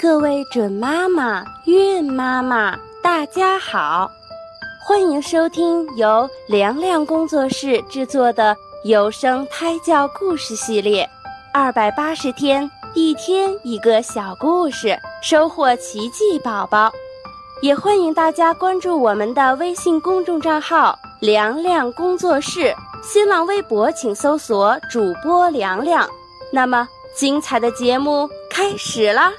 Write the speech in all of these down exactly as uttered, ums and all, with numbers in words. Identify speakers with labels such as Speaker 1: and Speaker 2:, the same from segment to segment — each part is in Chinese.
Speaker 1: 各位准妈妈、孕妈妈，大家好，欢迎收听由凉凉工作室制作的有声胎教故事系列，二百八十天，一天一个小故事，收获奇迹宝宝。也欢迎大家关注我们的微信公众账号凉凉工作室，新浪微博请搜索主播凉凉。那么精彩的节目开始啦！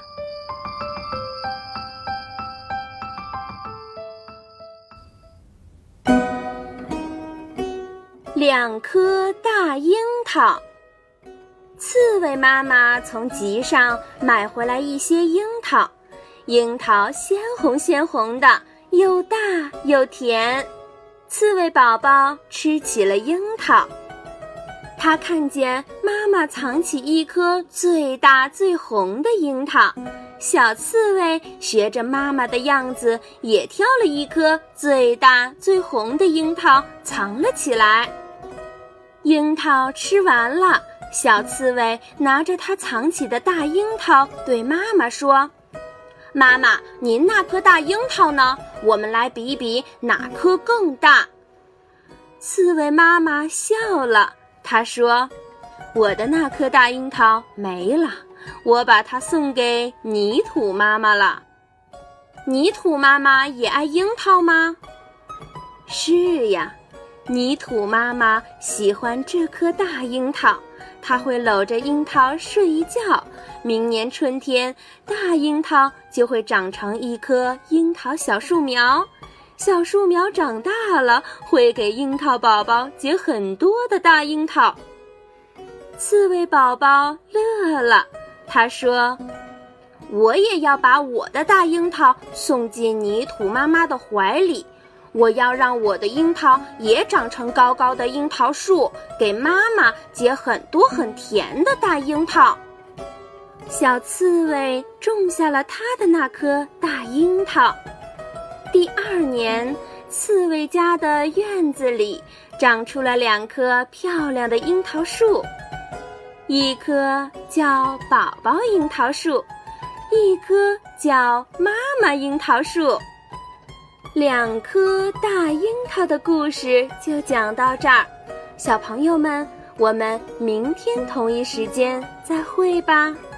Speaker 1: 两颗大樱桃。刺猬妈妈从集上买回来一些樱桃，樱桃鲜红鲜红的，又大又甜。刺猬宝宝吃起了樱桃，他看见妈妈藏起一颗最大最红的樱桃，小刺猬学着妈妈的样子，也挑了一颗最大最红的樱桃藏了起来。樱桃吃完了，小刺猬拿着它藏起的大樱桃对妈妈说：妈妈，您那颗大樱桃呢？我们来比比哪颗更大。刺猬妈妈笑了，她说：我的那颗大樱桃没了，我把它送给泥土妈妈了。泥土妈妈也爱樱桃吗？是呀，泥土妈妈喜欢这颗大樱桃，她会搂着樱桃睡一觉，明年春天大樱桃就会长成一棵樱桃小树苗，小树苗长大了会给樱桃宝宝结很多的大樱桃。刺猬宝宝乐了，他说：我也要把我的大樱桃送进泥土妈妈的怀里，我要让我的樱桃也长成高高的樱桃树，给妈妈结很多很甜的大樱桃。小刺猬种下了它的那颗大樱桃。第二年，刺猬家的院子里长出了两棵漂亮的樱桃树，一棵叫宝宝樱桃树，一棵叫妈妈樱桃树。两颗大樱桃的故事就讲到这儿，小朋友们，我们明天同一时间再会吧。